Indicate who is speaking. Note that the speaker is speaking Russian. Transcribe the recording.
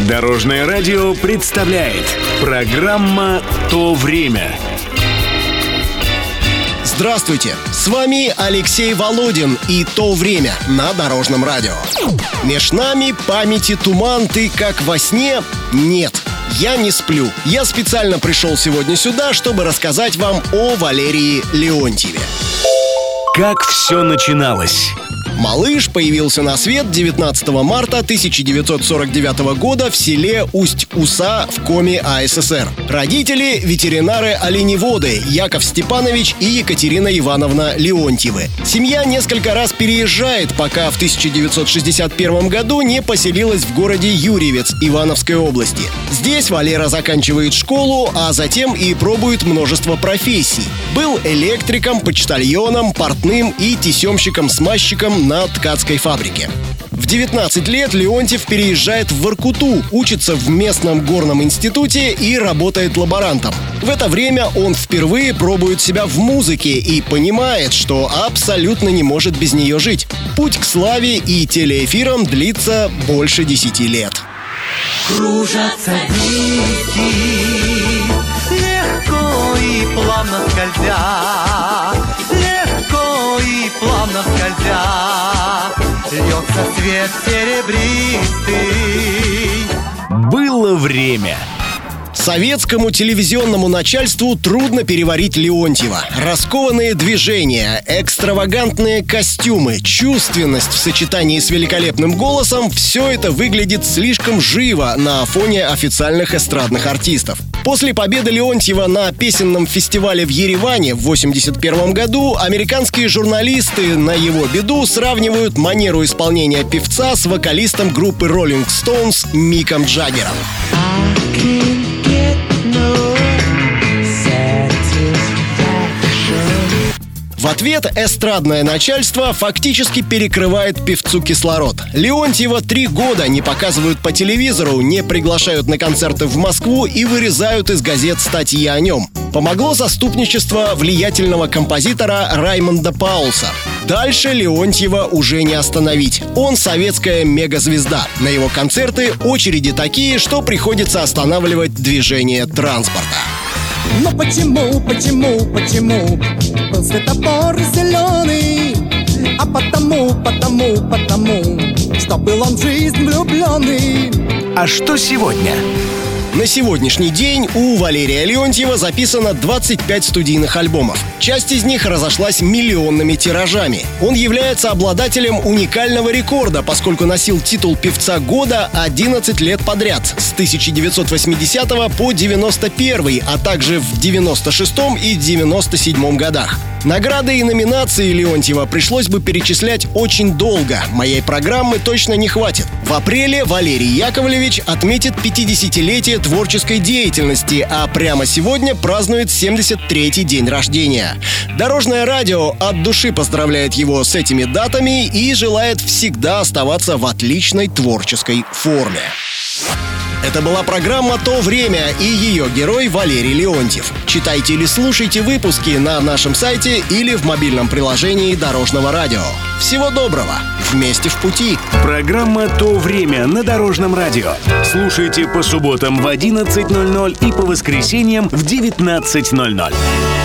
Speaker 1: Дорожное радио представляет программа «То время».
Speaker 2: Здравствуйте! С вами Алексей Володин и «То время» на Дорожном радио. Меж нами памяти туман, ты как во сне? Нет, я не сплю. Я специально пришел сегодня сюда, чтобы рассказать вам о Валерии Леонтьеве.
Speaker 1: Как все начиналось?
Speaker 2: Малыш появился на свет 19 марта 1949 года в селе Усть-Уса в Коми АССР. Родители – ветеринары-оленеводы Яков Степанович и Екатерина Ивановна Леонтьевы. Семья несколько раз переезжает, пока в 1961 году не поселилась в городе Юрьевец Ивановской области. Здесь Валера заканчивает школу, а затем и пробует множество профессий. Был электриком, почтальоном, портным и тесемщиком-смазчиком на ткацкой фабрике. В 19 лет Леонтьев переезжает в Воркуту, учится в местном горном институте и работает лаборантом. В это время он впервые пробует себя в музыке и понимает, что абсолютно не может без нее жить. Путь к славе и телеэфирам длится больше 10 лет.
Speaker 3: Кружатся диски, легко и плавно скользя, легко и плавно скользя, льется свет серебристый.
Speaker 1: Было время.
Speaker 2: Советскому телевизионному начальству трудно переварить Леонтьева. Раскованные движения, экстравагантные костюмы, чувственность в сочетании с великолепным голосом – все это выглядит слишком живо на фоне официальных эстрадных артистов. После победы Леонтьева на песенном фестивале в Ереване в 1981 году американские журналисты на его беду сравнивают манеру исполнения певца с вокалистом группы Rolling Stones Миком Джаггером. В ответ эстрадное начальство фактически перекрывает певцу кислород. Леонтьева 3 года не показывают по телевизору, не приглашают на концерты в Москву и вырезают из газет статьи о нем. Помогло заступничество влиятельного композитора Раймонда Паулса. Дальше Леонтьева уже не остановить. Он советская мегазвезда. На его концерты очереди такие, что приходится останавливать движение транспорта.
Speaker 4: Но почему был светофор зеленый? А потому, что был он в жизнь влюбленный.
Speaker 1: А что сегодня?
Speaker 2: На сегодняшний день у Валерия Леонтьева записано 25 студийных альбомов. Часть из них разошлась миллионными тиражами. Он является обладателем уникального рекорда, поскольку носил титул певца года 11 лет подряд, с 1980 по 91, а также в 96 и 97 годах. Награды и номинации Леонтьева пришлось бы перечислять очень долго. Моей программы точно не хватит. В апреле Валерий Яковлевич отметит 50-летие творческой деятельности, а прямо сегодня празднует 73-й день рождения. Дорожное радио от души поздравляет его с этими датами и желает всегда оставаться в отличной творческой форме. Это была программа «То время» и ее герой Валерий Леонтьев. Читайте или слушайте выпуски на нашем сайте или в мобильном приложении Дорожного радио. Всего доброго! Вместе в пути!
Speaker 1: Программа «То время» на Дорожном радио. Слушайте по субботам в 11:00 и по воскресеньям в 19:00.